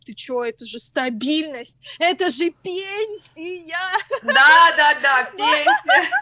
ты чё, это же стабильность, это же пенсия. Да, пенсия.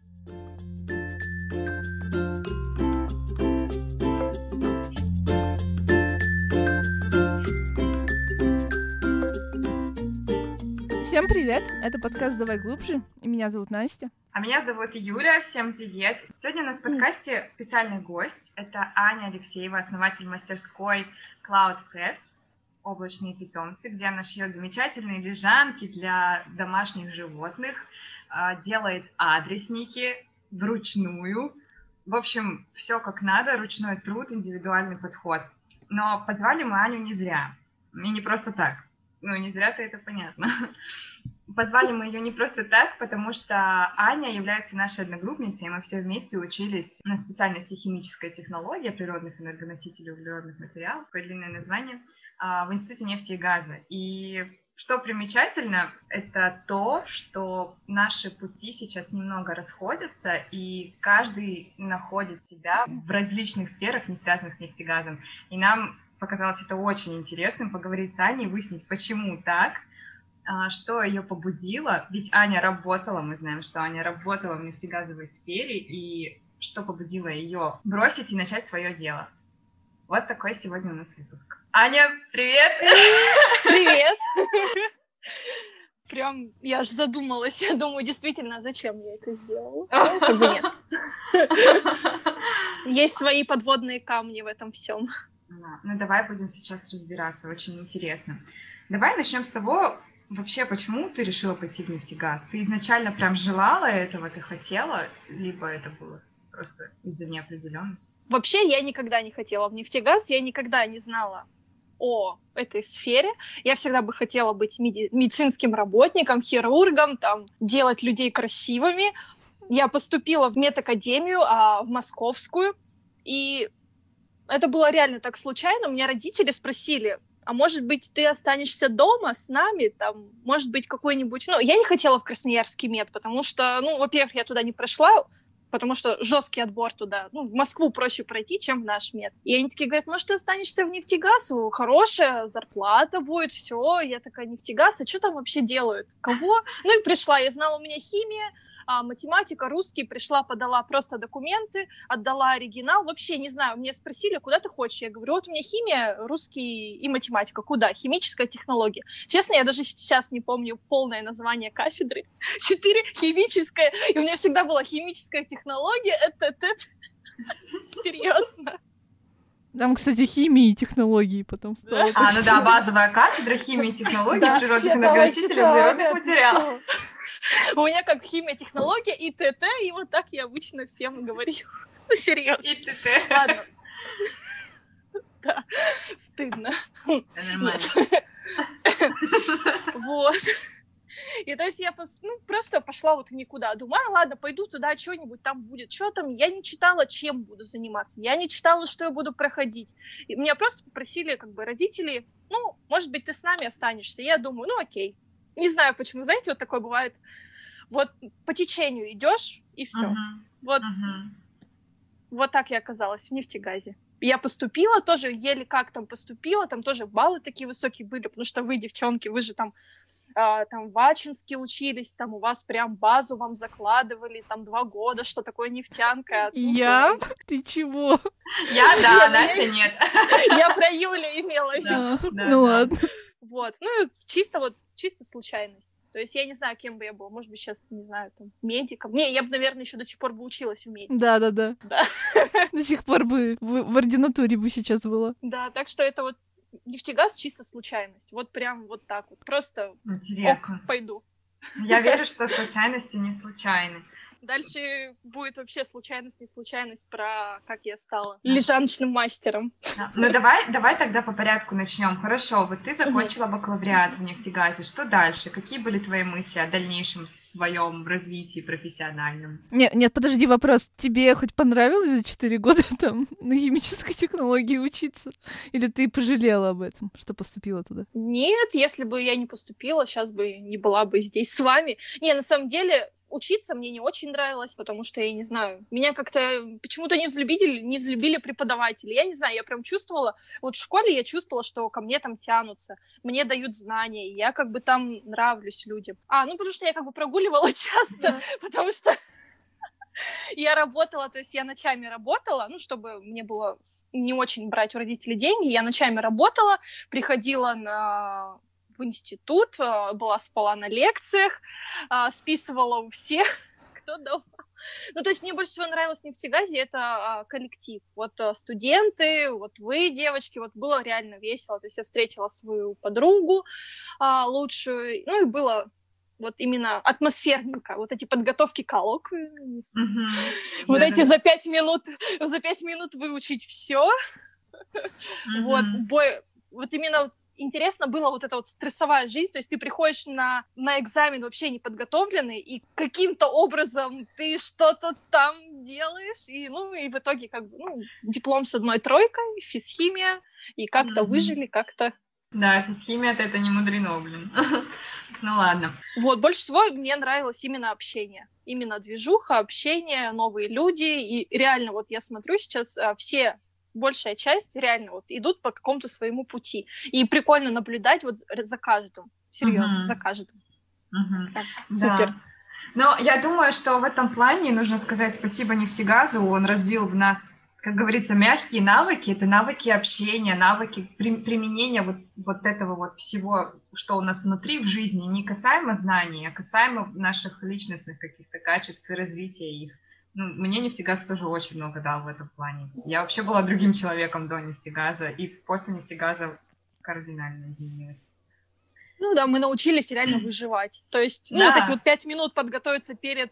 Всем привет! Это подкаст «Давай глубже», и меня зовут Настя. А меня зовут Юля, всем привет! Сегодня у нас в подкасте специальный гость. Это Аня Алексеева, основатель мастерской Cloud Pets, облачные питомцы, где она шьет замечательные лежанки для домашних животных, делает адресники вручную. В общем, все как надо, ручной труд, индивидуальный подход. Но позвали мы Аню не зря, и не просто так. Ну, не зря-то это понятно. Позвали мы ее не просто так, потому что Аня является нашей одногруппницей, и мы все вместе учились на специальности химическая технология природных энергоносителей углеродных материалов, такое длинное название, в Институте нефти и газа. И что примечательно, это то, что наши пути сейчас немного расходятся, и каждый находит себя в различных сферах, не связанных с нефтегазом. И нам показалось это очень интересным поговорить с Аней, выяснить, почему так, что ее побудило. Ведь Аня работала, мы знаем, что Аня работала в нефтегазовой сфере, и что побудило ее бросить и начать свое дело. Вот такой сегодня у нас выпуск. Аня, привет! Привет! Прям, я аж задумалась. Я думаю, действительно, зачем я это сделала? Ну, как бы нет. Есть свои подводные камни в этом всем. Ну, давай будем сейчас разбираться, очень интересно. Давай начнем с того, вообще, почему ты решила пойти в нефтегаз? Ты изначально прям желала этого, ты хотела, либо это было просто из-за неопределенности? Вообще, я никогда не хотела в нефтегаз, я никогда не знала о этой сфере. Я всегда бы хотела быть медицинским работником, хирургом, там, делать людей красивыми. Я поступила в медакадемию, в московскую, и это было реально так случайно. У меня родители спросили, а может быть, ты останешься дома с нами, там, может быть, какой-нибудь... Ну, я не хотела в Красноярский мед, потому что, ну, во-первых, я туда не прошла, потому что жесткий отбор туда. Ну, в Москву проще пройти, чем в наш мед. И они такие говорят, может, ты останешься в нефтегаз, хорошая зарплата будет, все. Я такая, нефтегаз, а что там вообще делают? Кого? Ну, и пришла, я знала, у меня химия, математика, русский, пришла, подала просто документы, отдала оригинал, вообще не знаю, мне спросили, куда ты хочешь, я говорю, вот у меня химия, русский и математика, куда? Химическая технология. Честно, я даже сейчас не помню полное название кафедры, 4 химическая, и у меня всегда была химическая технология, это, серьезно. Там, кстати, химии и технологии потом стало. Ну да, базовая кафедра химии и технологий природных энергоносителей углеродных материалов. У меня как химия, технология и ТТ, и вот так я обычно всем говорю. Ну, серьезно. И ТТ. Ладно. Да, стыдно. Это нормально. Вот. И то есть я просто пошла вот в никуда. Думаю, ладно, пойду туда, что-нибудь там будет. Что там? Я не читала, чем буду заниматься. Я не читала, что я буду проходить. И меня просто попросили, как бы, родители, ну, может быть, ты с нами останешься. И я думаю, ну, окей. Не знаю, почему, знаете, вот такое бывает. Вот по течению идешь, и все. Вот так я оказалась в нефтегазе. Я поступила тоже, еле как там поступила, там тоже баллы такие высокие были, потому что вы, девчонки, вы же там в Ачинске учились, там у вас прям базу вам закладывали, там 2 года, что такое нефтянка. Я? Ты чего? Я, да, Настя нет. Я про Юлю имела в виду. Ну ладно. Вот, ну чисто случайность. То есть я не знаю, кем бы я была. Может быть, сейчас, не знаю, там, медиком. Не, я бы, наверное, еще до сих пор бы училась в медике. Да. До сих пор бы в ординатуре бы сейчас была. Да, так что это вот нефтегаз чисто случайность. Вот прям вот так вот. Просто интересно. Пойду. Я верю, что случайности не случайны. Дальше будет вообще случайность, не случайность про как я стала лежаночным мастером. Ну давай тогда по порядку начнем. Хорошо, вот ты закончила бакалавриат в нефтегазе. Что дальше? Какие были твои мысли о дальнейшем своем развитии профессиональном? Нет, подожди, вопрос. Тебе хоть понравилось за 4 года там на химической технологии учиться? Или ты пожалела об этом, что поступила туда? Нет, если бы я не поступила, сейчас бы не была бы здесь с вами. Не, на самом деле учиться мне не очень нравилось, потому что, я не знаю, меня как-то почему-то не взлюбили преподаватели. Я не знаю, я прям чувствовала, вот в школе я чувствовала, что ко мне там тянутся, мне дают знания, и я как бы там нравлюсь людям. Потому что я как бы прогуливала часто, потому что я работала, то есть я ночами работала, чтобы мне было не очень брать у родителей деньги, я ночами работала, приходила в институт, спала на лекциях, списывала у всех, кто давал. То есть мне больше всего нравилось в нефтегазе это коллектив. Вот студенты, вот вы, девочки, вот было реально весело. То есть я встретила свою подругу лучшую, и было вот именно атмосферненько. Вот эти подготовки к коллоквию. Вот эти за 5 минут выучить все. Вот именно интересно было вот эта вот стрессовая жизнь, то есть ты приходишь на экзамен вообще неподготовленный, и каким-то образом ты что-то там делаешь, и в итоге диплом с 1 тройкой, физхимия, и как-то выжили, как-то... Да, физхимия это не мудрено, блин. Ну ладно. Вот, больше всего мне нравилось именно общение. Именно движуха, общение, новые люди, и реально вот я смотрю сейчас большая часть реально вот идут по какому-то своему пути. И прикольно наблюдать вот за каждым. Серьезно, за каждым. Супер. Да. Но я думаю, что в этом плане нужно сказать спасибо нефтегазу. Он развил в нас, как говорится, мягкие навыки. Это навыки общения, навыки применения вот этого вот всего, что у нас внутри в жизни. Не касаемо знаний, а касаемо наших личностных каких-то качеств и развития их. Мне нефтегаз тоже очень много дал в этом плане. Я вообще была другим человеком до нефтегаза, и после нефтегаза кардинально изменилась. Да, мы научились реально выживать. То есть, вот эти вот 5 минут подготовиться перед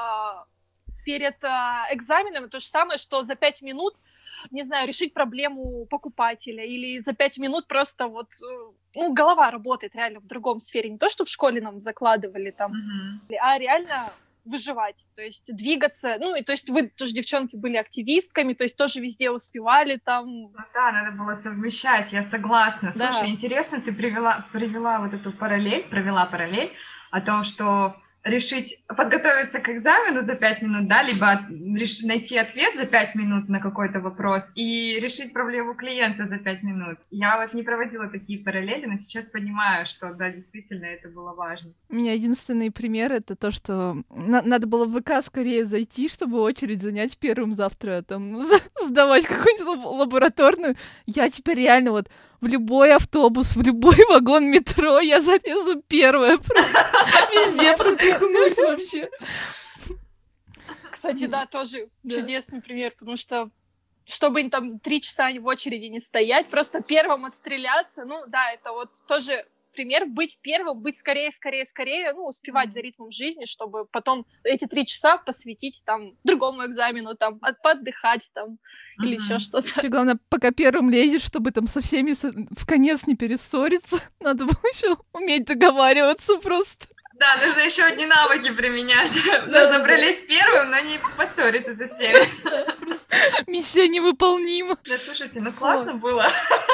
экзаменом, то же самое, что за 5 минут, не знаю, решить проблему покупателя, или за 5 минут просто вот, голова работает реально в другом сфере. Не то, что в школе нам закладывали там, а реально выживать, то есть двигаться, и то есть вы тоже, девчонки, были активистками, то есть тоже везде успевали там. Да, надо было совмещать, я согласна. Да. Слушай, интересно, ты провела вот эту параллель о том, что подготовиться к экзамену за 5 минут, да, либо найти ответ за 5 минут на какой-то вопрос и решить проблему клиента за 5 минут. Я вот не проводила такие параллели, но сейчас понимаю, что, да, действительно, это было важно. У меня единственный пример — это то, что надо было в ВК скорее зайти, чтобы очередь занять первым завтра, там, сдавать какую-нибудь лабораторную. Я теперь реально вот в любой автобус, в любой вагон метро я залезу первая, просто везде пропихнусь вообще. Кстати, да, тоже чудесный пример, потому что чтобы там 3 часа в очереди не стоять, просто первым отстреляться, это вот тоже пример, быть первым, быть скорее, успевать за ритмом жизни, чтобы потом эти 3 часа посвятить там другому экзамену, там, поотдыхать там, или еще что-то. Еще главное, пока первым лезешь, чтобы там со всеми в конец не перессориться, надо было еще уметь договариваться просто. Да, нужно еще одни навыки применять. Нужно пролезть первым, но не поссориться со всеми. Просто миссия невыполнима. Да, слушайте, классно было.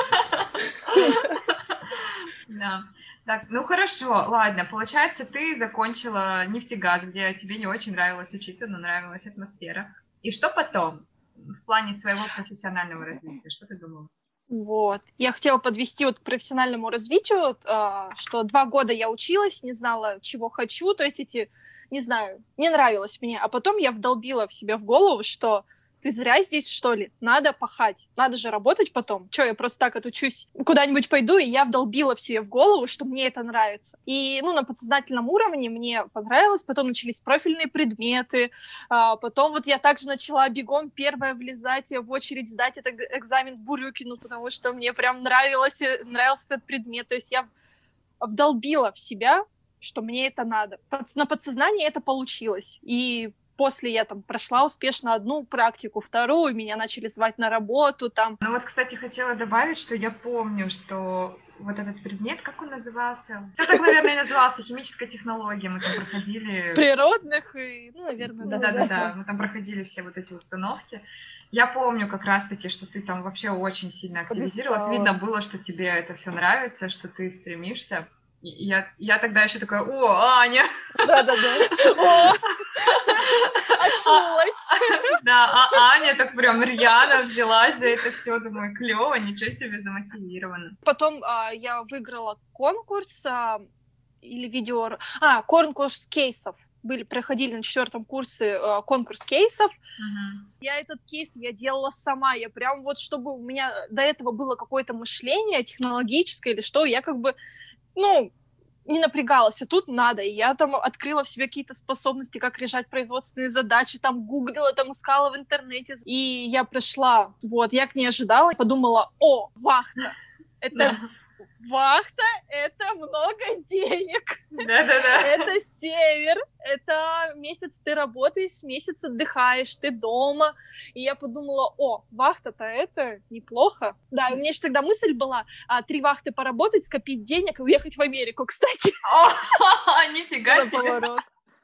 Да. Так, хорошо, ладно. Получается, ты закончила нефтегаз, где тебе не очень нравилось учиться, но нравилась атмосфера. И что потом в плане своего профессионального развития? Что ты думала? Вот. Я хотела подвести вот к профессиональному развитию, что 2 года я училась, не знала, чего хочу, то есть не знаю, не нравилось мне. А потом я вдолбила в себя в голову, что ты зря здесь, что ли? Надо пахать, надо же работать потом. Чё, я просто так отучусь, куда-нибудь пойду, и я вдолбила в себе в голову, что мне это нравится. И, на подсознательном уровне мне понравилось, потом начались профильные предметы, потом вот я также начала бегом первая влезать в очередь сдать этот экзамен Бурюкину, потому что мне прям нравился этот предмет, то есть я вдолбила в себя, что мне это надо. На подсознании это получилось, и после я там прошла успешно 1 практику, 2, меня начали звать на работу там. Кстати, хотела добавить, что я помню, что вот этот предмет, как он назывался? Это так, наверное, и назывался, химическая технология. Мы там проходили... Природных, и, наверное, да. Да, мы там проходили все вот эти установки. Я помню как раз-таки, что ты там вообще очень сильно активизировалась. Видно было, что тебе это все нравится, что ты стремишься. Я тогда еще такая: о, Аня! Да-да-да. О, очнулась. Да, а Аня так прям рьяно взялась за это все, думаю, клево, ничего себе, замотивирована. Потом я выиграла конкурс или видео... конкурс кейсов. Проходили на 4 курсе конкурс кейсов. Я этот кейс я делала сама. Я прям вот, чтобы у меня до этого было какое-то мышление технологическое или что, я как бы, не напрягалась, а тут надо. И я там открыла в себе какие-то способности, как решать производственные задачи, там гуглила, там искала в интернете. И я пришла, я не ожидала, подумала: о, вахта, это... Вахта — это много денег. Да-да-да. Это север, это месяц ты работаешь, месяц отдыхаешь, ты дома. И я подумала: о, вахта-то это неплохо. Да, и у меня же тогда мысль была 3 вахты поработать, скопить денег и уехать в Америку, кстати. Нифига себе.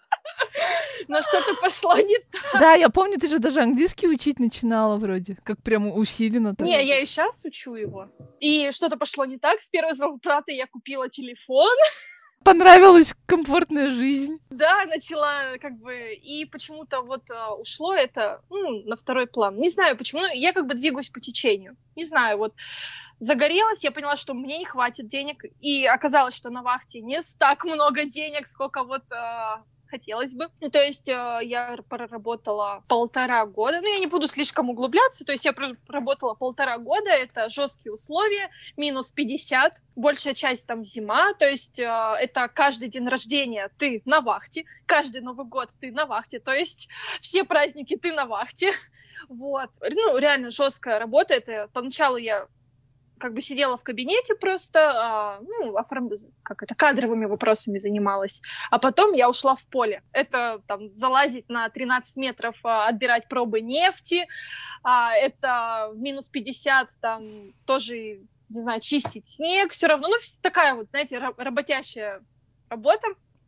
Но что-то пошло не так. Да, я помню, ты же даже английский учить начинала вроде, как прям усиленно. Не, я и сейчас учу его. И что-то пошло не так. С первой зарплаты я купила телефон. Понравилась комфортная жизнь. Да, начала и почему-то ушло это на второй план. Не знаю почему, я двигаюсь по течению. Не знаю, загорелась, я поняла, что мне не хватит денег, и оказалось, что на вахте не так много денег, сколько хотелось бы. То есть я проработала 1,5 года. Я не буду слишком углубляться. То есть я проработала 1,5 года. Это жесткие условия. Минус 50. Большая часть там зима. То есть это каждый день рождения ты на вахте. Каждый Новый год ты на вахте. То есть все праздники ты на вахте. Реально жесткая работа. Это поначалу я сидела в кабинете просто, кадровыми вопросами занималась. А потом я ушла в поле. Это залазить на 13 метров, отбирать пробы нефти. Это в минус 50 тоже, не знаю, чистить снег. Все равно, такая работящая работа.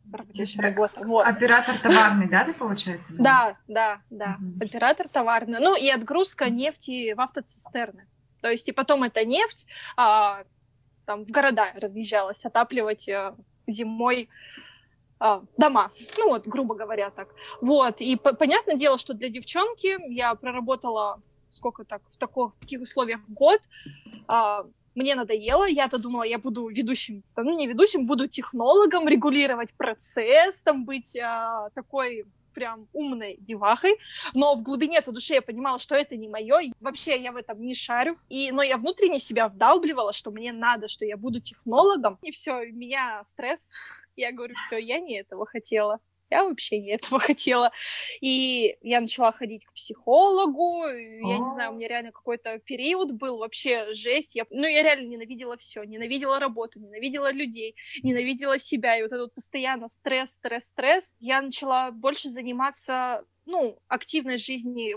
Оператор товарный, да, ты, получается? Да. Оператор товарный. И отгрузка нефти в автоцистерны. То есть и потом эта нефть в города разъезжалась отапливать зимой дома. Грубо говоря так. И понятное дело, что для девчонки я проработала в таких условиях год. Мне надоело. Я-то думала, я буду ведущим. Не ведущим, буду технологом, регулировать процесс, быть такой... прям умной девахой, но в глубине души я понимала, что это не мое, вообще я в этом не шарю, но я внутренне себя вдалбливала, что мне надо, что я буду технологом, и все, у меня стресс, я говорю: все, я не этого хотела. Я вообще не этого хотела. И я начала ходить к психологу. Я не знаю, у меня реально какой-то период был, вообще жесть. Я реально ненавидела все. Ненавидела работу, ненавидела людей, ненавидела себя. И этот постоянно стресс. Я начала больше заниматься, активной жизнью,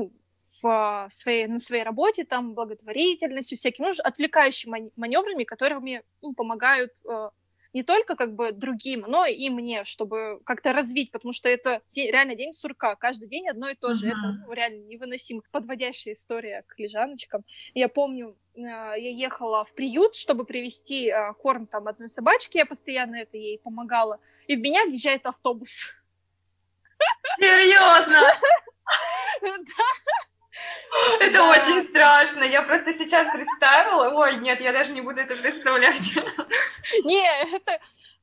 на своей работе, благотворительностью, всякими отвлекающими маневрами, которыми помогают не только другим, но и мне, чтобы как-то развить, потому что это реально день сурка, каждый день одно и то же, это реально невыносимо. Подводящая история к лежаночкам. Я помню, я ехала в приют, чтобы привезти корм одной собачке, я постоянно это ей помогала, и в меня въезжает автобус. Серьезно? Да. Это очень страшно. Я просто сейчас представила. Ой, нет, я даже не буду это представлять. Не, это...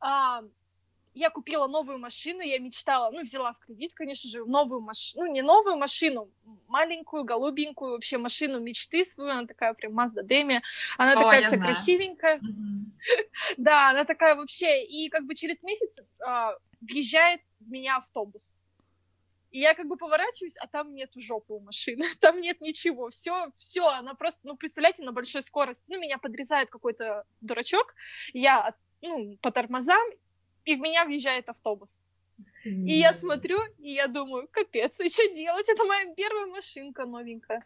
Я купила новую машину, я мечтала, взяла в кредит, конечно же, новую машину, не новую машину, маленькую, голубенькую, вообще машину мечты свою, она такая прям Mazda Demi, она такая вся красивенькая. Да, она такая вообще, и через месяц въезжает в меня автобус. И я поворачиваюсь, а там нету жопы у машины, там нет ничего, все, она просто, представляете, на большой скорости, меня подрезает какой-то дурачок, я по тормозам, и в меня въезжает автобус. И я смотрю, и я думаю: капец, и что делать? Это моя первая машинка новенькая.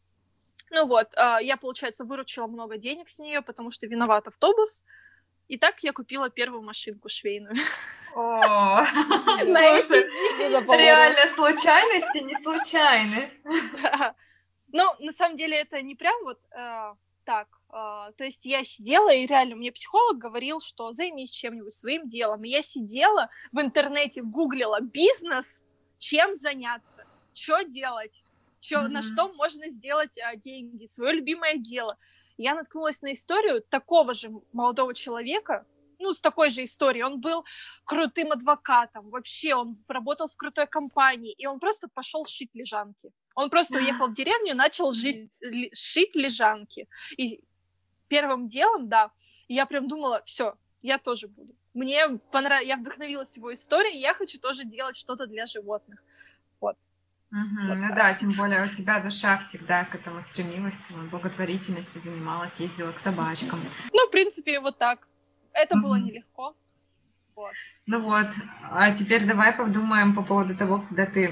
Я, получается, выручила много денег с нее, потому что виноват автобус. И так я купила первую машинку швейную. О, слушай, реально случайности не случайны. Да. На самом деле это не прям так. То есть я сидела, и реально мне психолог говорил, что займись чем-нибудь своим делом. И я сидела в интернете, гуглила бизнес, чем заняться, что делать, на что можно сделать деньги, свое любимое дело. Я наткнулась на историю такого же молодого человека, ну, с такой же историей. Он был крутым адвокатом, вообще он работал в крутой компании, и он просто пошел шить лежанки. Он просто уехал в деревню, начал шить лежанки. И первым делом, да, я прям думала, все, я тоже буду. Мне понравилось, я вдохновилась его историей, я хочу тоже делать что-то для животных. Вот. Вот ну да, тем более у тебя душа всегда к этому стремилась, ты благотворительностью занималась, ездила к собачкам. Ну, в принципе, вот так. Это было нелегко. Вот. Ну вот, а теперь давай подумаем по поводу того, когда ты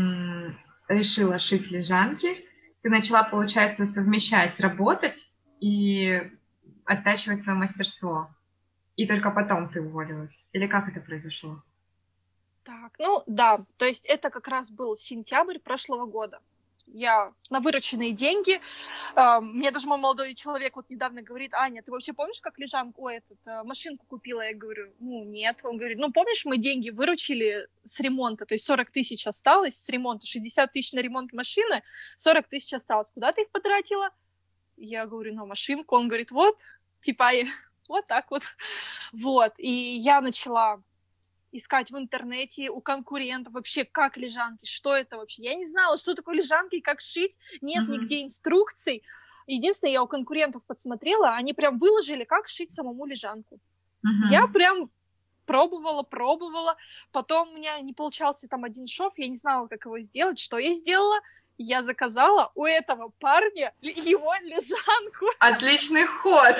решила шить лежанки, ты начала, получается, совмещать, работать и оттачивать свое мастерство. И только потом ты уволилась. Или как это произошло? Так, ну да, то есть это как раз был сентябрь прошлого года. Я на вырученные деньги, мне даже мой молодой человек вот недавно говорит: Аня, ты вообще помнишь, как лежанку, машинку купила? Я говорю, ну нет. Он говорит, ну помнишь, мы деньги выручили с ремонта, то есть 40 тысяч осталось с ремонта, 60 тысяч на ремонт машины, 40 тысяч осталось. Куда ты их потратила? Я говорю, на машинку. Он говорит, вот, типа, вот так вот. Вот, и я начала искать в интернете у конкурентов вообще, как лежанки, что это вообще. Я не знала, что такое лежанки, как шить, нет нигде инструкций. Единственное, я у конкурентов подсмотрела, они прям выложили, как шить самому лежанку. Я прям пробовала, потом у меня не получался там один шов, я не знала, как его сделать. Что я сделала? Я заказала у этого парня его лежанку. Отличный ход!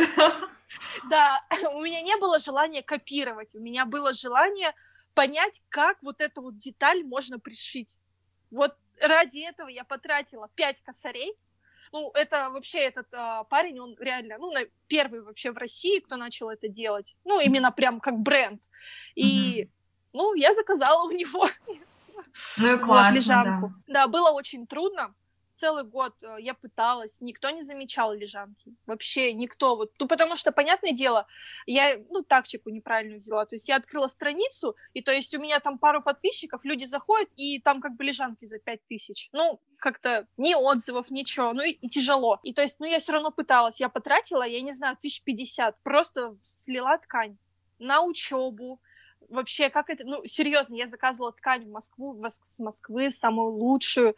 Да, у меня не было желания копировать, у меня было желание понять, как вот эту вот деталь можно пришить. Вот ради этого я потратила 5 косарей. Ну, это вообще этот парень, он реально, ну, первый вообще в России, кто начал это делать. Ну, именно прям как бренд. И, ну, я заказала у него ну, и классно, лежанку. Да, было очень трудно. Целый год я пыталась, никто не замечал лежанки. Вообще никто. Вот, ну, потому что, понятное дело, я, тактику неправильно взяла. То есть я открыла страницу, и то есть у меня там пару подписчиков, люди заходят, и там как бы лежанки за 5000. Ну, как-то ни отзывов, ничего. Ну, и тяжело. И то есть, я все равно пыталась. Я потратила, я не знаю, 1050. Просто слила ткань на учебу. Вообще, как это... Ну, серьезно, я заказывала ткань в Москву, с Москвы, самую лучшую.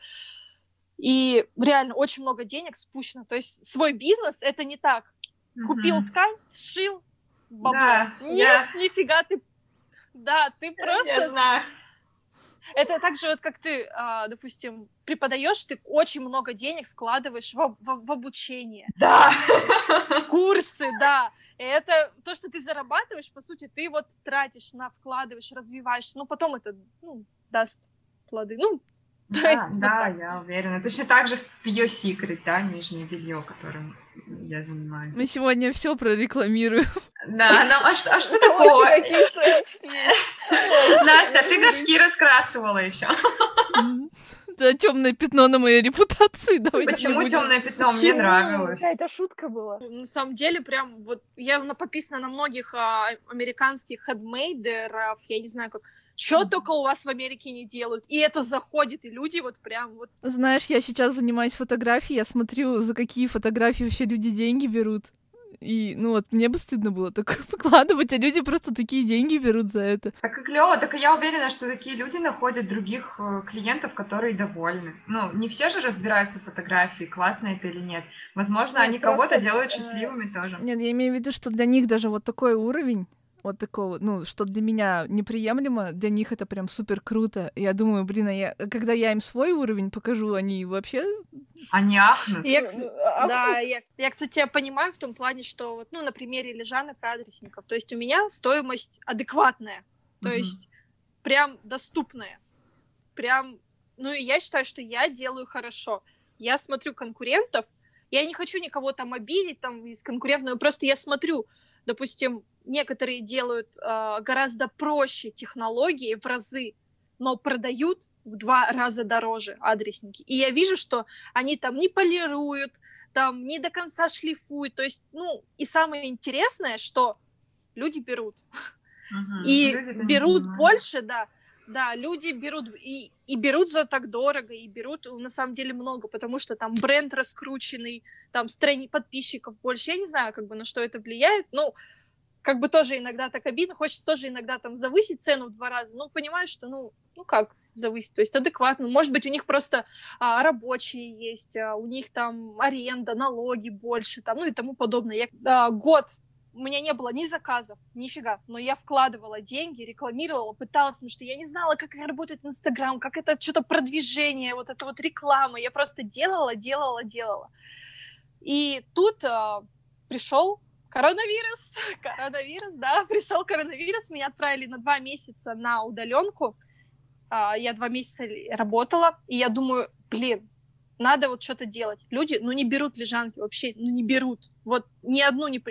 И реально очень много денег спущено. То есть свой бизнес — это не так. Купил ткань, сшил, бабло. Да, нет, нифига ты... Да, ты просто... Я знаю. Это так же, вот как ты, допустим, преподаешь, ты очень много денег вкладываешь в обучение. Да. Курсы, да. И это то, что ты зарабатываешь, по сути, ты вот тратишь, вкладываешь, развиваешься. Ну, потом это, даст плоды. Да, я уверена. Точно так же в Your Secret, да, нижнее белье, которым я занимаюсь. Мы сегодня все прорекламируем. Да, а что такого? Настя, ты горшки раскрашивала еще. Да, темное пятно на моей репутации. Почему темное пятно? Мне нравилось. Это шутка была. На самом деле, прям вот я подписана на многих американских хендмейдеров, я не знаю, как. Что только у вас в Америке не делают. И это заходит, и люди вот прям вот... Знаешь, я сейчас занимаюсь фотографией, я смотрю, за какие фотографии вообще люди деньги берут. И, мне бы стыдно было такое выкладывать, а люди просто такие деньги берут за это. Так и клёво, так и я уверена, что такие люди находят других клиентов, которые довольны. Не все же разбираются в фотографии, классно это или нет. Возможно, они кого-то делают счастливыми тоже. Нет, я имею в виду, что для них даже вот такой уровень, вот такого, что для меня неприемлемо, для них это прям супер круто. Я думаю, когда я им свой уровень покажу, они вообще... Они ахнут. Я, кстати, тебя понимаю в том плане, что вот, на примере лежанок и адресников. То есть у меня стоимость адекватная, то есть прям доступная. Прям, и я считаю, что я делаю хорошо. Я смотрю конкурентов, я не хочу никого там обидеть там из конкурентов, просто я смотрю, допустим, некоторые делают гораздо проще технологии в разы, но продают в 2 раза дороже адресники. И я вижу, что они там не полируют, там не до конца шлифуют. То есть, ну, и самое интересное, что люди берут. И берут больше, да. Да, люди берут, и берут за так дорого, и берут на самом деле много, потому что там бренд раскрученный, там подписчиков больше. Я не знаю, как бы на что это влияет. Ну, как бы тоже иногда так обидно, хочется тоже иногда там завысить цену в 2 раза, но понимаешь, что, ну как завысить, то есть адекватно, может быть, у них просто рабочие есть, у них там аренда, налоги больше, там, ну и тому подобное. Год у меня не было ни заказов, нифига, но я вкладывала деньги, рекламировала, пыталась, потому что я не знала, как работает Инстаграм, как это что-то продвижение, вот это вот реклама, я просто делала. И тут пришел коронавирус, да, пришел коронавирус, меня отправили на 2 месяца на удаленку, я 2 месяца работала, и я думаю, надо вот что-то делать. Люди, не берут лежанки вообще, не берут. Вот ни одну не...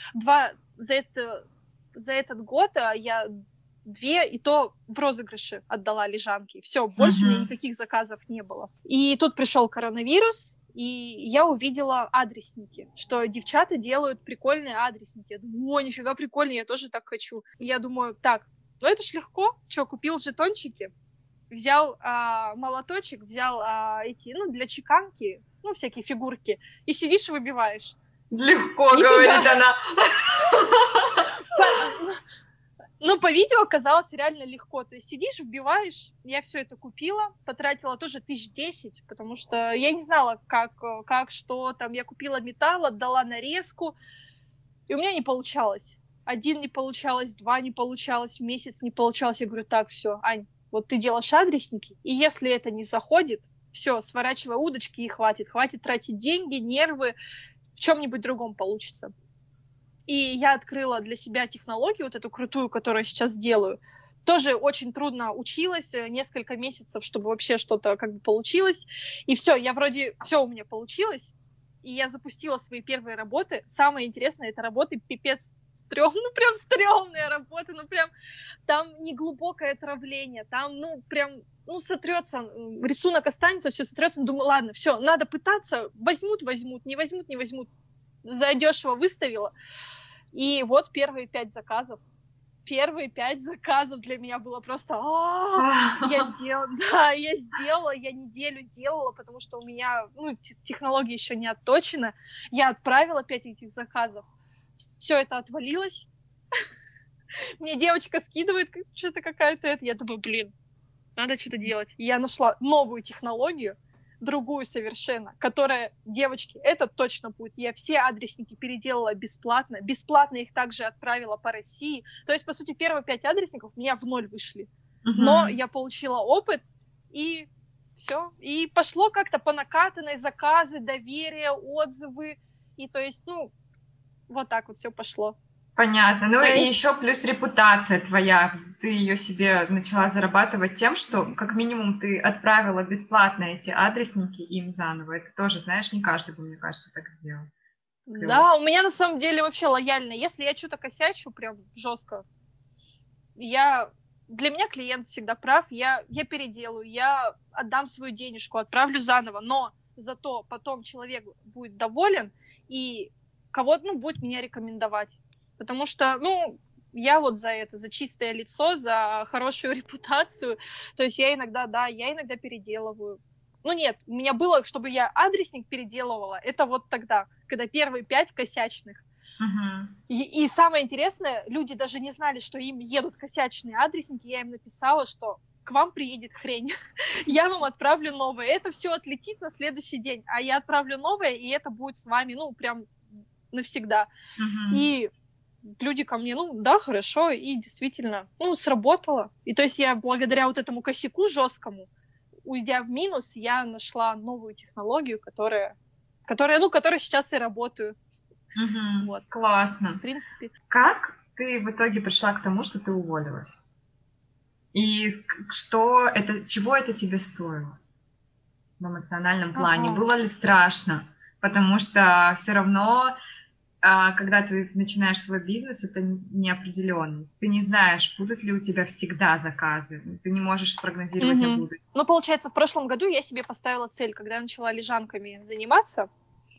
За этот год я 2, и то в розыгрыше отдала лежанки. Все, больше у меня никаких заказов не было. И тут пришел коронавирус, и я увидела адресники, что девчата делают прикольные адресники. Я думаю, нифига прикольно, я тоже так хочу. И я думаю, так, это ж легко. Купил жетончики, взял молоточек, взял для чеканки, всякие фигурки, и сидишь и выбиваешь. Легко, говорит она. По видео оказалось реально легко. То есть сидишь, вбиваешь. Я все это купила, потратила тоже 1010, потому что я не знала, как, что там. Я купила металл, отдала нарезку, и у меня не получалось. 1 не получалось, 2 не получалось, месяц не получалось. Я говорю, так, все, Ань, вот ты делаешь адресники, и если это не заходит, все, сворачивай удочки и хватит. Хватит тратить деньги, нервы, в чем-нибудь другом получится. И я открыла для себя технологию, вот эту крутую, которую я сейчас делаю. Тоже очень трудно училась, несколько месяцев, чтобы вообще что-то как бы получилось. И все, все у меня получилось. И я запустила свои первые работы. Самое интересное, это работы пипец стрёмные, прям стрёмные работы, прям там неглубокое травление, там, сотрется, рисунок останется, все сотрется. Думаю, ладно, все, надо пытаться, возьмут, не возьмут. Задешево выставила. И вот первые 5 заказов. Первые 5 заказов для меня было просто... Я сделала, я неделю делала, потому что у меня технология еще не отточена. Я отправила 5 этих заказов. Все это отвалилось. Мне девочка скидывает что-то какая-то... Я думаю, надо что-то делать. Я нашла новую технологию, другую совершенно, которая, девочки, это точно будет. Я все адресники переделала бесплатно. Бесплатно их также отправила по России. То есть, по сути, первые 5 адресников у меня в 0 вышли. Но я получила опыт, и все. И пошло как-то по накатанной заказы, доверие, отзывы. И то есть, вот так вот все пошло. Понятно. И еще плюс репутация твоя. Ты ее себе начала зарабатывать тем, что как минимум ты отправила бесплатно эти адресники им заново. Это тоже, знаешь, не каждый бы, мне кажется, так сделал. Да, у меня на самом деле вообще лояльно. Если я что-то косячу прям жестко, для меня клиент всегда прав, я переделаю, я отдам свою денежку, отправлю заново, но зато потом человек будет доволен и кого-то будет меня рекомендовать. Потому что, я вот за чистое лицо, за хорошую репутацию. То есть я иногда переделываю. Нет, у меня было, чтобы я адресник переделывала, это вот тогда, когда первые 5 косячных. И самое интересное, люди даже не знали, что им едут косячные адресники. Я им написала, что к вам приедет хрень. Я вам отправлю новое. Это все отлетит на следующий день, а я отправлю новое, и это будет с вами, прям навсегда. И люди ко мне, да, хорошо, и действительно, сработало. И то есть я благодаря вот этому косяку жесткому, уйдя в минус, я нашла новую технологию, которая сейчас и работаю. Вот. Классно. В принципе. Как ты в итоге пришла к тому, что ты уволилась? И чего это тебе стоило в эмоциональном плане? Было ли страшно? Потому что все равно, когда ты начинаешь свой бизнес, это неопределенность. Ты не знаешь, будут ли у тебя всегда заказы. Ты не можешь спрогнозировать на будущее. Получается, в прошлом году я себе поставила цель, когда я начала лежанками заниматься.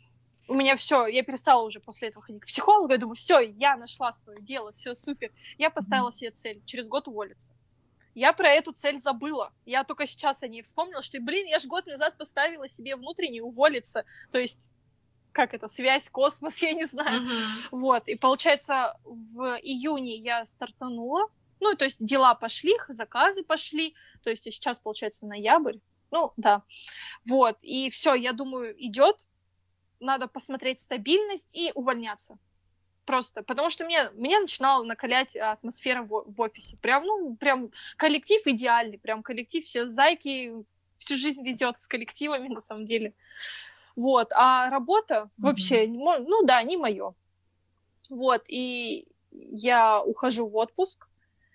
У меня все, я перестала уже после этого ходить к психологу, я думаю, все, я нашла свое дело, все супер. Я поставила себе цель через год уволиться. Я про эту цель забыла. Я только сейчас о ней вспомнила, что, блин, я же год назад поставила себе внутренне уволиться. То есть, как это, связь, космос, я не знаю. Вот, и получается, в июне я стартанула. Ну, то есть дела пошли, заказы пошли. То есть сейчас, получается, ноябрь. Ну, да. Вот, и все, я думаю, идет. Надо посмотреть стабильность и увольняться. Просто, потому что меня начинала накалять атмосфера в офисе. Прям коллектив идеальный, прям коллектив, все зайки, всю жизнь везет с коллективами, на самом деле. Вот, а работа вообще, ну да, не мое. Вот, и я ухожу в отпуск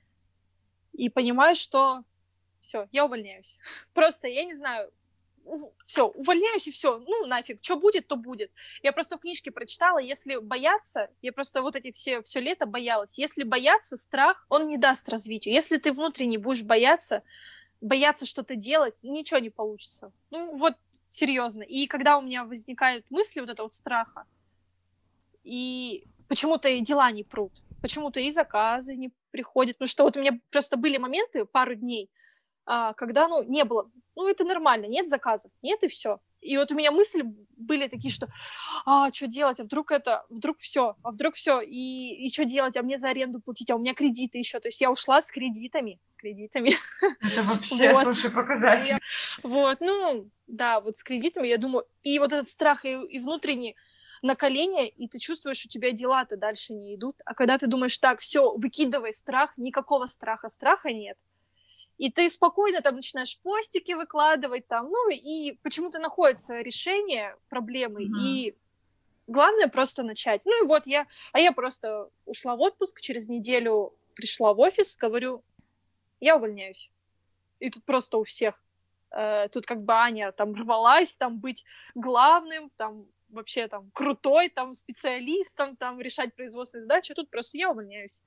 и понимаю, что все, я увольняюсь. Просто, я не знаю, все, увольняюсь и все, ну нафиг, что будет, то будет. Я просто в книжке прочитала, если бояться, я просто вот эти все лето боялась, если бояться, страх, он не даст развитию. Если ты внутренне будешь бояться что-то делать, ничего не получится. Ну вот, серьезно. И когда у меня возникают мысли вот этого вот страха, и почему-то и дела не прут, почему-то и заказы не приходят, потому что вот у меня просто были моменты, пару дней, когда, ну, не было, ну, это нормально, нет заказов, нет, и все. И вот у меня мысли были такие, что, что делать, вдруг все, и что делать, а мне за аренду платить, а у меня кредиты еще, то есть я ушла с кредитами. Это вообще, Вот. слушай, показатель. Вот, ну, да, вот с кредитами, я думаю, и вот этот страх, и внутренний накаление, и ты чувствуешь, у тебя дела-то дальше не идут, а когда ты думаешь, так, все, выкидывай страх, никакого страха нет. И ты спокойно там начинаешь постики выкладывать там, ну, и почему-то находится решение проблемы, и главное просто начать. Ну, и вот я просто ушла в отпуск, через неделю пришла в офис, говорю, я увольняюсь. И тут просто у всех. Тут как бы Аня там рвалась, там быть главным, там вообще там крутой, там специалистом, там решать производственные задачи, а тут просто я увольняюсь.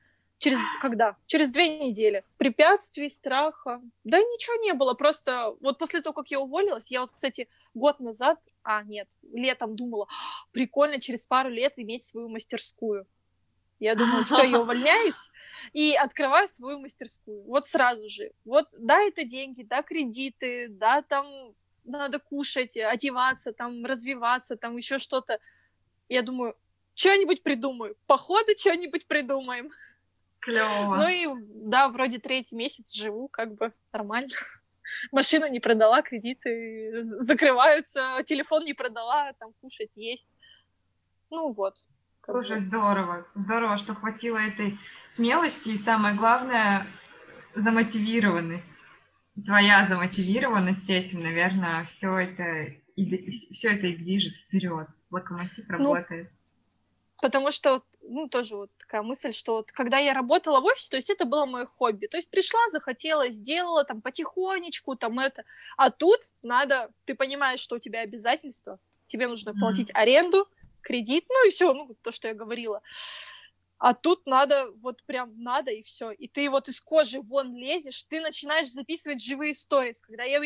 Через 2 недели. Препятствий, страха. Да ничего не было. Просто вот после того, как я уволилась, я вот, кстати, год назад, летом думала, прикольно через пару лет иметь свою мастерскую. Я думаю, все, я увольняюсь и открываю свою мастерскую. Вот сразу же. Вот, да, это деньги, да, кредиты, да, там надо кушать, одеваться, там, развиваться, там, еще что-то. Я думаю, что-нибудь придумаю. Походу, что-нибудь придумаем. Клево. Ну и, да, вроде 3-й месяц живу, как бы нормально. Машину не продала, кредиты закрываются, телефон не продала, там кушать есть. Ну вот. Слушай, здорово. Здорово, что хватило этой смелости и, самое главное, замотивированность. Твоя замотивированность этим, наверное, все это и движет вперед. Локомотив работает. Потому что, ну, тоже вот такая мысль, что вот когда я работала в офисе, то есть это было мое хобби. То есть пришла, захотела, сделала, там, потихонечку, там, это. А тут надо, ты понимаешь, что у тебя обязательства, тебе нужно платить аренду, кредит, ну и все, ну, то, что я говорила. А тут надо, вот прям надо, и все. И ты вот из кожи вон лезешь, ты начинаешь записывать живые сторис. Когда я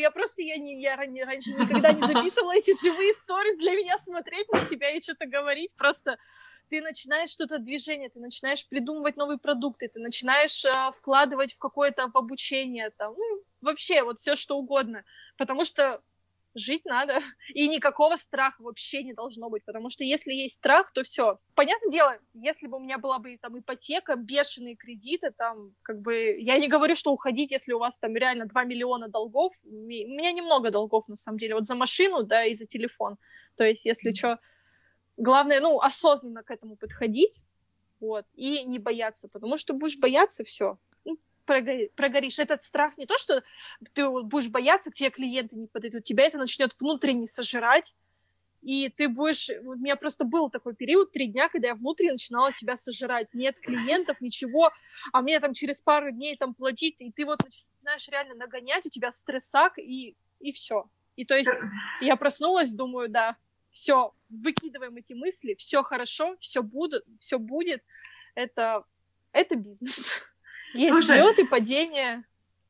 раньше никогда не записывала эти живые сторис, для меня смотреть на себя и что-то говорить, просто ты начинаешь что-то движение, ты начинаешь придумывать новые продукты, ты начинаешь вкладывать в какое-то в обучение, там, ну, вообще вот все что угодно, потому что жить надо, и никакого страха вообще не должно быть, потому что если есть страх, то все. Понятное дело, если бы у меня была бы там ипотека, бешеные кредиты, там, как бы, я не говорю, что уходить, если у вас там реально 2 миллиона долгов, у меня немного долгов, на самом деле, вот за машину, да, и за телефон, то есть, если что, главное, ну, осознанно к этому подходить, вот, и не бояться, потому что будешь бояться, все, прогоришь. Этот страх не то, что ты будешь бояться, к тебе клиенты не подойдут, тебя это начнет внутренне сожрать, и ты будешь... У меня просто был такой период, 3 дня, когда я внутренне начинала себя сожрать. Нет клиентов, ничего, а мне там через пару дней там платить, и ты вот начинаешь реально нагонять, у тебя стрессак, и все. И то есть я проснулась, думаю, да, все, выкидываем эти мысли, все хорошо, все будет, это бизнес. Есть взлет и падение.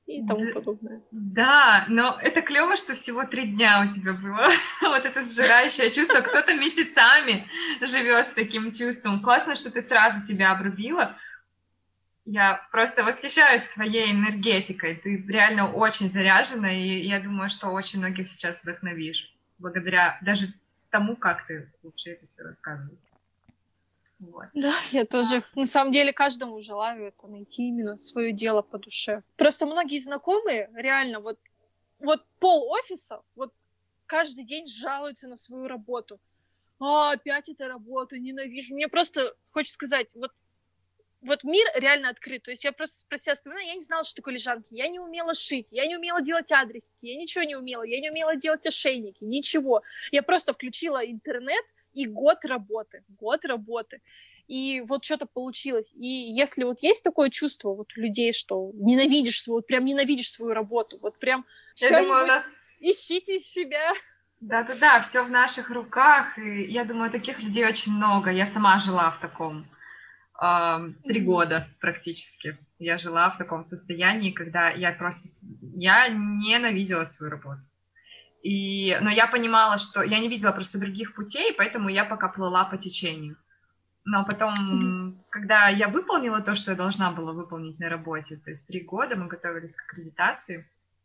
и тому подобное. Да, но это клево, что всего 3 дня у тебя было. Вот это сжирающее чувство. Кто-то месяцами живет с таким чувством. Классно, что ты сразу себя обрубила. Я просто восхищаюсь твоей энергетикой. Ты реально очень заряжена, и я думаю, что очень многих сейчас вдохновишь. Благодаря даже тому, как ты вообще это все рассказываешь. Вот. Да, я тоже, на самом деле, каждому желаю это найти именно свое дело по душе. Просто многие знакомые, реально, вот пол офиса, вот каждый день жалуются на свою работу. Опять эта работа, ненавижу. Мне просто хочется сказать, вот мир реально открыт. То есть я просто про себя вспоминаю, я не знала, что такое лежанки. Я не умела шить, я не умела делать адресики, я ничего не умела. Я не умела делать ошейники, ничего. Я просто включила интернет, и год работы. И вот что-то получилось. И если вот есть такое чувство вот у людей, что ненавидишь свою, прям ненавидишь свою работу, вот прям Я думаю, у нас... ищите себя. Да-да-да, все в наших руках, и я думаю, таких людей очень много. Я сама жила в таком 3 года практически. Я жила в таком состоянии, когда я ненавидела свою работу. Но я понимала, что я не видела просто других путей, поэтому я пока плыла по течению. Но потом, когда я выполнила то, что я должна была выполнить на работе, то есть 3 года мы готовились к аккредитации,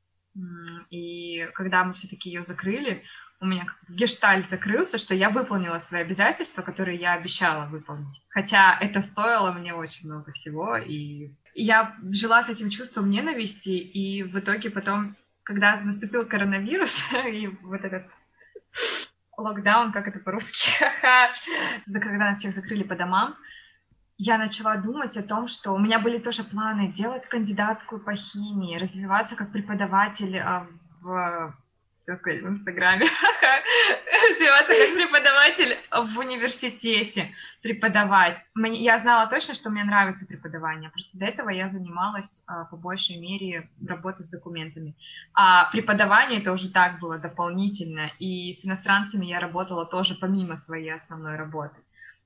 и когда мы все-таки ее закрыли, у меня гештальт закрылся, что я выполнила свои обязательства, которые я обещала выполнить. Хотя это стоило мне очень много всего, и я жила с этим чувством ненависти, и в итоге потом, когда наступил коронавирус, и вот этот локдаун, как это по-русски, когда нас всех закрыли по домам, я начала думать о том, что у меня были тоже планы делать кандидатскую по химии, развиваться как преподаватель в Инстаграме, развиваться как преподаватель в университете, преподавать. Я знала точно, что мне нравится преподавание, просто до этого я занималась по большей мере работой с документами. А преподавание это уже так было дополнительно, и с иностранцами я работала тоже помимо своей основной работы.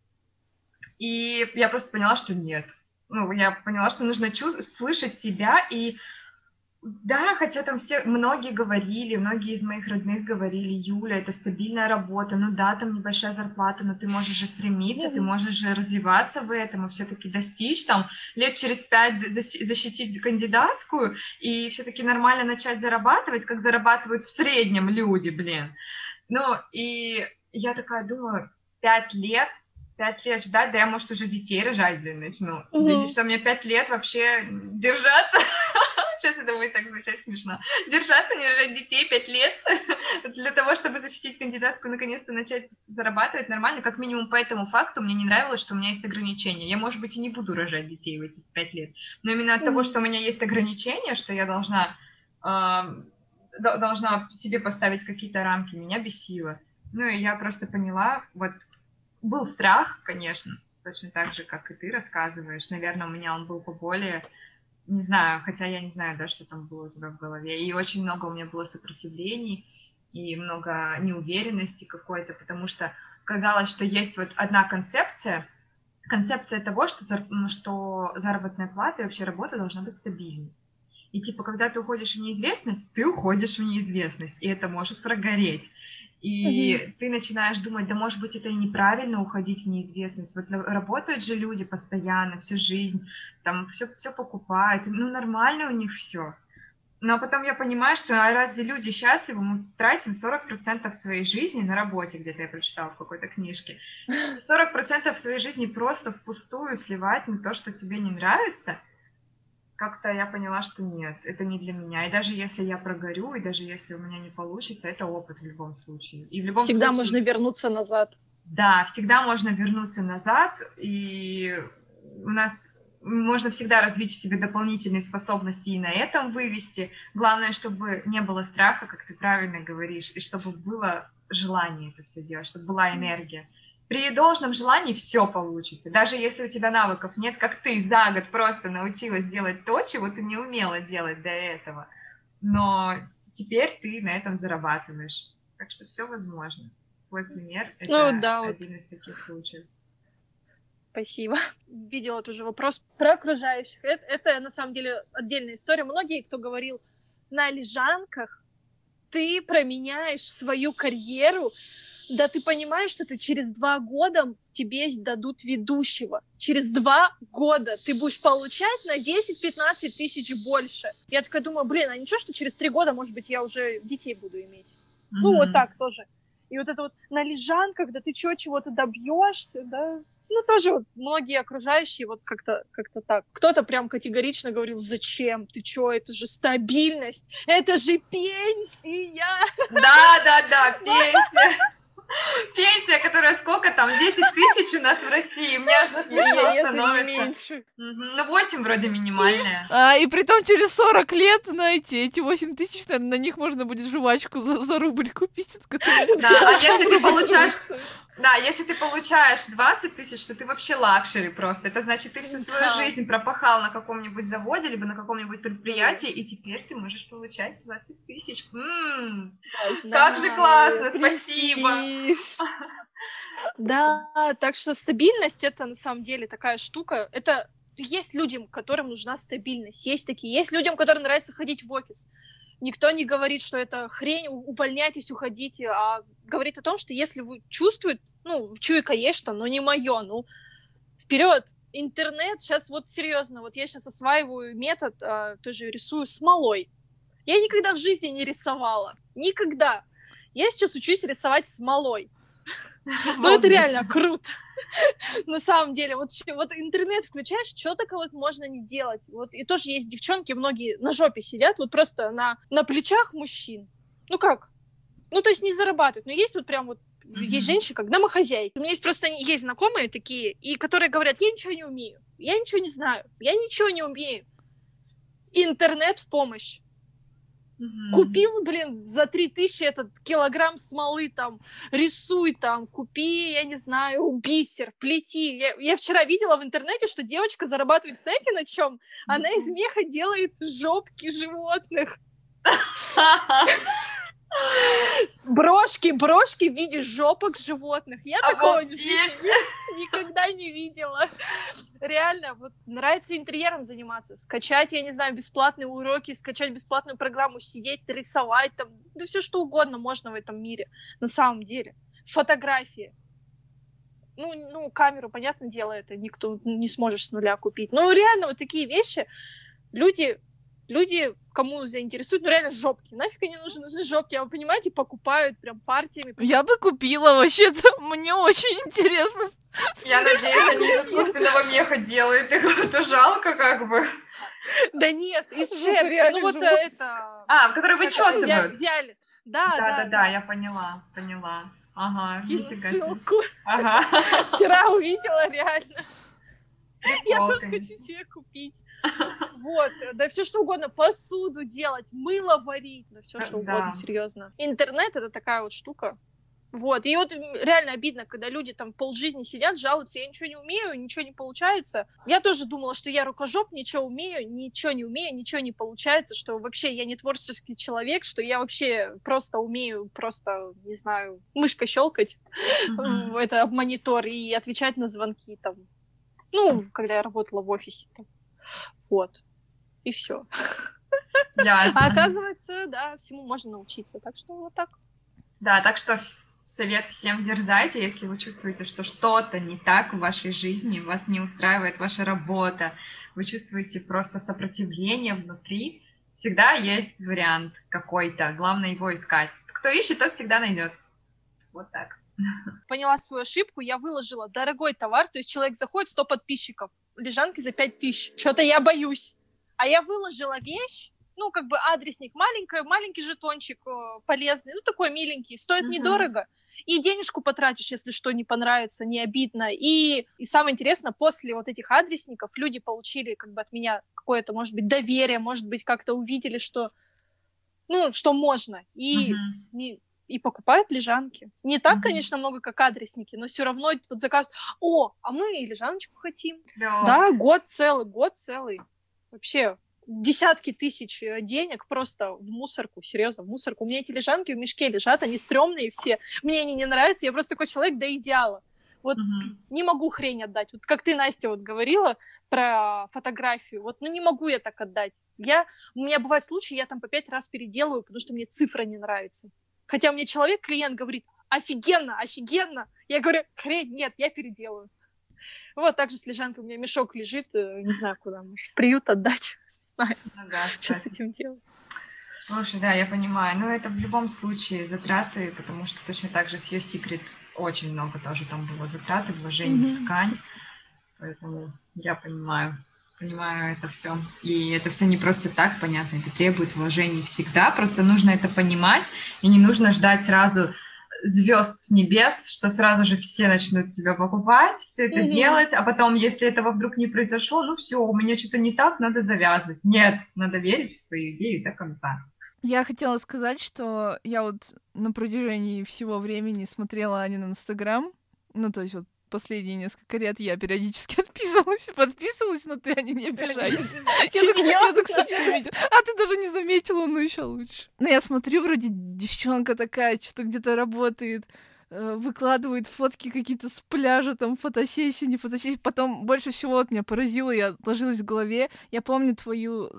И я просто поняла, что нет. Я поняла, что нужно слышать себя. И да, хотя там многие из моих родных говорили, Юля, это стабильная работа, да, там небольшая зарплата, но ты можешь же стремиться, ты можешь же развиваться в этом и все-таки достичь там лет через 5 защитить кандидатскую и все-таки нормально начать зарабатывать, как зарабатывают в среднем люди, блин. И я такая думаю, 5 лет ждать, да я, может, уже детей рожать, начну. Видишь, что мне 5 лет вообще держаться. Сейчас это будет так звучать смешно. Держаться, не рожать детей 5 лет для того, чтобы защитить кандидатскую, наконец-то начать зарабатывать нормально. Как минимум по этому факту мне не нравилось, что у меня есть ограничения. Я, может быть, и не буду рожать детей в эти 5 лет. Но именно от того, что у меня есть ограничения, что я должна себе поставить какие-то рамки, меня бесило. И я просто поняла, был страх, конечно, точно так же, как и ты рассказываешь. Наверное, у меня он был поболее, не знаю, хотя я не знаю, да, что там было у тебя в голове. И очень много у меня было сопротивлений и много неуверенности какой-то, потому что казалось, что есть одна концепция того, что заработная плата и вообще работа должна быть стабильной. И когда ты уходишь в неизвестность, ты уходишь в неизвестность, и это может прогореть. И ты начинаешь думать, да, может быть, это и неправильно уходить в неизвестность. Работают же люди постоянно, всю жизнь, там все покупают, нормально у них все. Но потом я понимаю, что разве люди счастливы? Мы тратим 40% своей жизни на работе, где-то я прочитала в какой-то книжке. 40% своей жизни просто впустую сливать на то, что тебе не нравится. Как-то я поняла, что нет, это не для меня. И даже если я прогорю, и даже если у меня не получится, это опыт в любом случае. И в любом всегда случае... можно вернуться назад. Да, всегда можно вернуться назад, и у нас можно всегда развить в себе дополнительные способности и на этом вывести. Главное, чтобы не было страха, как ты правильно говоришь, и чтобы было желание это все делать, чтобы была энергия. При должном желании все получится. Даже если у тебя навыков нет, как ты за год просто научилась делать то, чего ты не умела делать до этого. Но теперь ты на этом зарабатываешь. Так что все возможно. Твой пример — это один из таких случаев. Спасибо. Видела тоже вопрос про окружающих. Это на самом деле отдельная история. Многие, кто говорил, на лежанках ты променяешь свою карьеру, да ты понимаешь, что ты через 2 года тебе дадут ведущего. Через 2 года ты будешь получать на 10-15 тысяч больше. Я такая думаю, блин, а ничего, что через 3 года, может быть, я уже детей буду иметь. Ну, вот так тоже. И вот это вот на лежанках, да ты чего-то добьешься, да, ну, тоже вот многие окружающие вот как-то так. Кто-то прям категорично говорил, зачем, ты чё, это же стабильность, это же пенсия. Да, пенсия. Пенсия, которая сколько там, 10 тысяч у нас в России, мне аж смешно становится. Ну, 8 вроде минимальная. И притом через 40 лет, знаете, эти 8 тысяч, наверное, на них можно будет жвачку за рубль купить. Да, а если ты получаешь... Да, если ты получаешь 20 тысяч, то ты вообще лакшери просто. Это значит, ты всю свою жизнь пропахал на каком-нибудь заводе, либо на каком-нибудь предприятии, и теперь ты можешь получать 20 тысяч. Как же классно, спасибо. Да, так что стабильность — это на самом деле такая штука. Это есть людям, которым нужна стабильность. Есть такие. Есть людям, которым нравится ходить в офис. Никто не говорит, что это хрень, увольняйтесь, уходите, а говорит о том, что если вы чувствуете, ну, чуйка есть, что, но не мое, ну, вперед, интернет, сейчас вот серьезно, вот я сейчас осваиваю метод, тоже рисую смолой. Я никогда в жизни не рисовала, никогда. Я сейчас учусь рисовать смолой. Ну, это реально круто. На самом деле, вот интернет включаешь, что такого вот можно не делать. Вот, и тоже есть девчонки, многие на жопе сидят, вот просто на плечах мужчин. Ну как? Ну, то есть не зарабатывают. Но есть вот прям вот, есть женщины, как домохозяйки. У меня есть просто, есть знакомые такие, и которые говорят, я ничего не умею, я ничего не знаю, я ничего не умею. Интернет в помощь. Купил, блин, за 3000 этот килограмм смолы, там, рисуй, там, купи, я не знаю, бисер, плети. Я вчера видела в интернете, что девочка зарабатывает, знаете, на чем? Она из меха делает жопки животных. Брошки в виде жопок животных. Я такого никогда не видела. Реально, вот нравится интерьером заниматься, скачать, я не знаю, бесплатные уроки, скачать бесплатную программу, сидеть, рисовать, там, да все что угодно можно в этом мире, на самом деле. Фотографии. Ну, камеру, понятное дело, это никто не сможешь с нуля купить. Но реально вот такие вещи люди, кому заинтересуют, ну реально жопки. Нафиг они нужны жопки, а вы понимаете, покупают прям партиями. Я бы купила вообще-то, мне очень интересно. Я надеюсь, они из искусственного меха делают, это жалко как бы. Да нет, из шерсти, ну вот это... А, которые вычесывают. Да, я поняла. Ага, нифига себе. Ссылку. Ага. Вчера увидела, реально. Я Прикол, тоже хочу себе купить. Вот, да все что угодно, посуду делать, мыло варить, да все что угодно, серьезно. Интернет — это такая вот штука. Вот, и вот реально обидно, когда люди там полжизни сидят, жалуются, я ничего не умею, ничего не получается. Я тоже думала, что я рукожоп, ничего не умею, ничего не получается, что вообще я не творческий человек, что я вообще просто умею, не знаю, мышкой щелкать в монитор и отвечать на звонки там. Ну, когда я работала в офисе. Там. Вот. И все. А оказывается, да, всему можно научиться. Так что вот так. Да, так что совет всем: дерзайте, если вы чувствуете, что что-то не так в вашей жизни, вас не устраивает ваша работа, вы чувствуете просто сопротивление внутри, всегда есть вариант какой-то, главное его искать. Кто ищет, тот всегда найдет. Вот так. Поняла свою ошибку, я выложила дорогой товар, то есть человек заходит, 100 подписчиков, лежанки за 5000, что-то я боюсь. А я выложила вещь, ну, как бы адресник маленький жетончик полезный, ну, такой миленький, стоит недорого. И денежку потратишь, если что не понравится, не обидно. И самое интересное, после вот этих адресников люди получили как бы от меня какое-то, может быть, доверие, может быть, как-то увидели, что, ну, что можно. И покупают лежанки. Не так, конечно, много, как адресники, но все равно вот заказ. А мы и лежаночку хотим. Да, год целый. Вообще десятки тысяч денег просто в мусорку, серьезно, в мусорку. У меня эти лежанки в мешке лежат, они стрёмные все. Мне они не нравятся, я просто такой человек до идеала. Вот не могу хрень отдать. Вот как ты, Настя, вот говорила про фотографию. Вот, ну, не могу я так отдать. У меня бывают случаи, я там по 5 раз переделаю, потому что мне цифра не нравится. Хотя мне клиент говорит, офигенно, офигенно. Я говорю, хрень, нет, я переделаю. Вот так же с лежанкой. У меня мешок лежит, не знаю куда, может, в приют отдать. Не знаю, что с этим делать. Слушай, да, я понимаю. Но это в любом случае затраты, потому что точно так же с Your Secret очень много тоже там было затраты, вложений в ткань. Поэтому я понимаю это все. И это все не просто так, понятно, это требует вложений всегда. Просто нужно это понимать, и не нужно ждать сразу звезд с небес, что сразу же все начнут тебя покупать, все это делать, а потом, если этого вдруг не произошло, ну все, у меня что-то не так, надо завязывать. Нет, надо верить в свою идею до конца. Я хотела сказать, что я вот на протяжении всего времени смотрела Анин Инстаграм, ну, то есть вот последние несколько лет я периодически отписывалась и подписывалась, но ты, Аня, не обижайся. Я так, кстати, заметила. А ты даже не заметила, ну еще лучше. Но я смотрю, вроде девчонка такая, что-то где-то работает, выкладывает фотки какие-то с пляжа, там, фотосессии, не фотосессии. Потом больше всего вот меня поразило, я отложилась в голове. Я помню твою...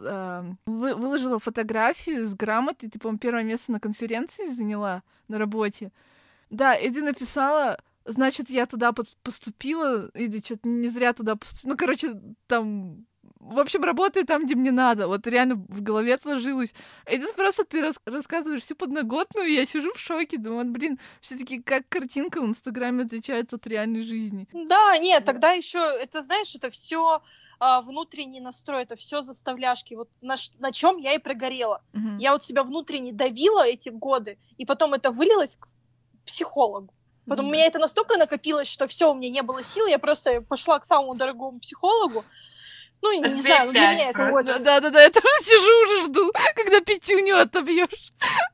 выложила фотографию с грамотой, ты, по-моему, первое место на конференции заняла на работе. Да, и ты написала, значит, я туда поступила, или что-то не зря туда поступила. Ну, короче, там... В общем, работаю там, где мне надо. Вот реально в голове отложилось. И тут просто ты рассказываешь всю подноготную, и я сижу в шоке. Думаю, блин, все-таки как картинка в Инстаграме отличается от реальной жизни. Да, нет, тогда еще, это, знаешь, это все внутренний настрой, это все заставляшки. Вот на чем я и прогорела. Я вот себя внутренне давила эти годы, и потом это вылилось к психологу. Потом у меня это настолько накопилось, что все, у меня не было сил, я просто пошла к самому дорогому психологу. Ну, не знаю, но для меня это очень... Да-да-да, я тоже сижу уже жду, когда пятюню отобьешь.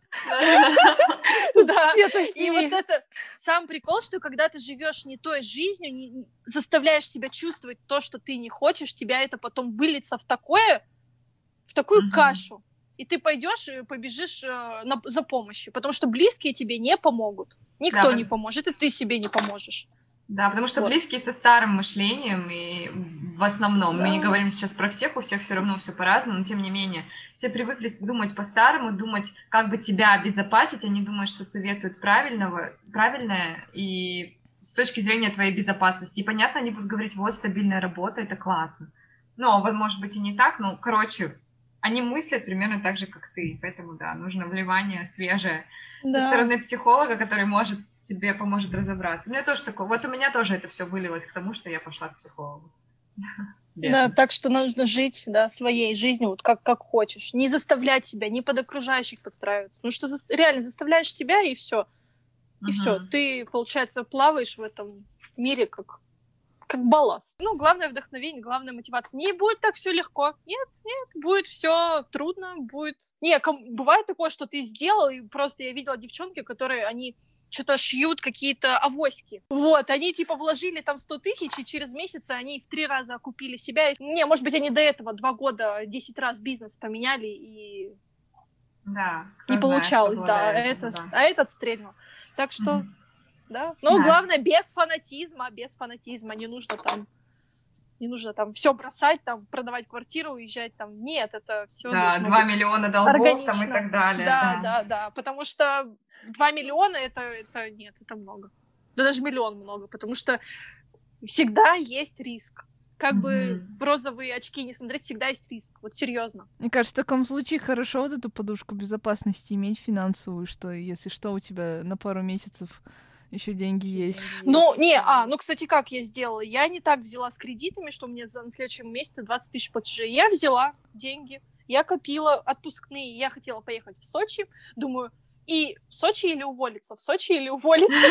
Да, и вот это сам прикол, что когда ты живешь не той жизнью, заставляешь себя чувствовать то, что ты не хочешь, тебя это потом выльется в такую кашу. И ты пойдешь и побежишь за помощью, потому что близкие тебе не помогут. Никто не поможет, и ты себе не поможешь. Да, потому что близкие со старым мышлением, и в основном, мы не говорим сейчас про всех, у всех все равно все по-разному, но тем не менее, все привыкли думать по-старому, думать, как бы тебя обезопасить, они думают, что советуют правильное, и с точки зрения твоей безопасности. И понятно, они будут говорить, вот, стабильная работа, это классно. Но, вот, может быть, и не так, но, короче, они мыслят примерно так же, как ты, поэтому, да, нужно вливание свежее со стороны психолога, который тебе поможет разобраться. У меня тоже такое, вот у меня тоже это все вылилось к тому, что я пошла к психологу. Да, так что нужно жить, да, своей жизнью, вот как хочешь. Не заставлять себя, не под окружающих подстраиваться. Потому что реально заставляешь себя, и все. И все. Ты, получается, плаваешь в этом мире как балласт. Ну, главное вдохновение, главная мотивация. Не будет так все легко. Нет, будет все трудно, будет... Бывает такое, что ты сделал, и просто я видела девчонки, которые, они что-то шьют какие-то авоськи. Вот, они типа вложили там 100 тысяч, и через месяц они в 3 раза окупили себя. Не, может быть, они до этого 2 года 10 раз бизнес поменяли, и не получалось, да. А этот стрельнул. Так что... Да. Но главное, без фанатизма, не нужно там все бросать, там продавать квартиру, уезжать там. Нет, это все. Да, 2 миллиона долгов там и так далее. Да, потому что 2 миллиона это нет, это много. Да даже миллион много, потому что всегда есть риск. Как бы в розовые очки не смотреть, всегда есть риск. Вот серьезно. Мне кажется, в таком случае хорошо вот эту подушку безопасности иметь финансовую, что если что, у тебя на пару месяцев еще деньги есть. Кстати, как я сделала? Я не так взяла с кредитами, что мне на следующем месяце 20 тысяч платежей. Я взяла деньги, я копила отпускные, я хотела поехать в Сочи. Думаю, и в Сочи или уволиться? В Сочи или уволиться?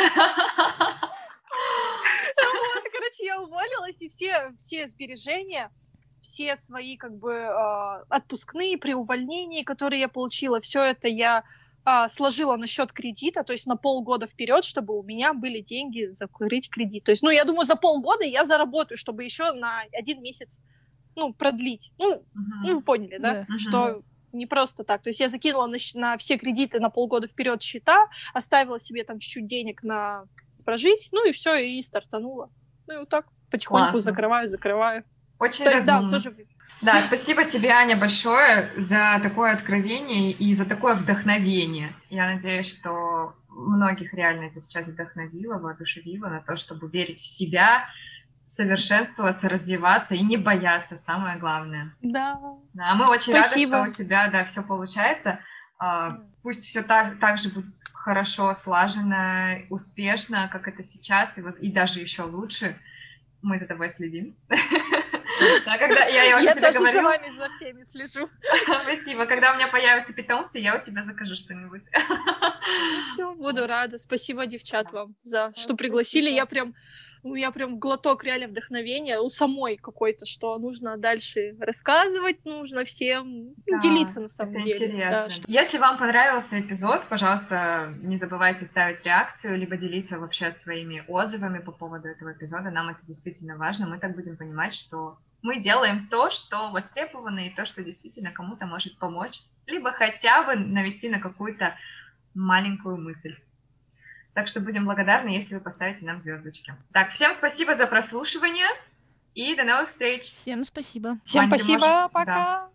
Короче, я уволилась, и все сбережения, все свои как бы отпускные при увольнении, которые я получила, все это я сложила на счет кредита, то есть на полгода вперед, чтобы у меня были деньги закрыть кредит. То есть, я думаю, за полгода я заработаю, чтобы еще на 1 месяц, продлить. Вы поняли, да? Что не просто так. То есть я закинула на все кредиты на полгода вперед счета, оставила себе там чуть-чуть денег на прожить, ну и все, и стартанула. Ну и вот так потихоньку Классно. закрываю. Очень То есть, да, разумно. тоже... Да, спасибо тебе, Аня, большое за такое откровение и за такое вдохновение. Я надеюсь, что многих реально это сейчас вдохновило, воодушевило на то, чтобы верить в себя, совершенствоваться, развиваться и не бояться, самое главное. Да. Да, мы очень рады, Спасибо. что у тебя, да, все получается. Пусть все так же будет хорошо, слаженно, успешно, как это сейчас, и даже еще лучше. Мы за тобой следим. Да, когда я уже Я тебе тоже за говорила. вами за всеми слежу. Спасибо. Когда у меня появятся питомцы, я у тебя закажу что-нибудь. Ну все, буду рада. Спасибо, девчат, вам за что пригласили. У меня прям глоток реально вдохновения у самой какой-то, что нужно дальше рассказывать, нужно всем Да, делиться на самом это деле. интересно. Да, что- Если вам понравился эпизод, пожалуйста, не забывайте ставить реакцию, либо делиться вообще своими отзывами по поводу этого эпизода. Нам это действительно важно. Мы так будем понимать, что мы делаем то, что востребовано, и то, что действительно кому-то может помочь, либо хотя бы навести на какую-то маленькую мысль. Так что будем благодарны, если вы поставите нам звездочки. Так, всем спасибо за прослушивание и до новых встреч. Всем спасибо. Всем Вань, ты спасибо, можешь- пока. Да.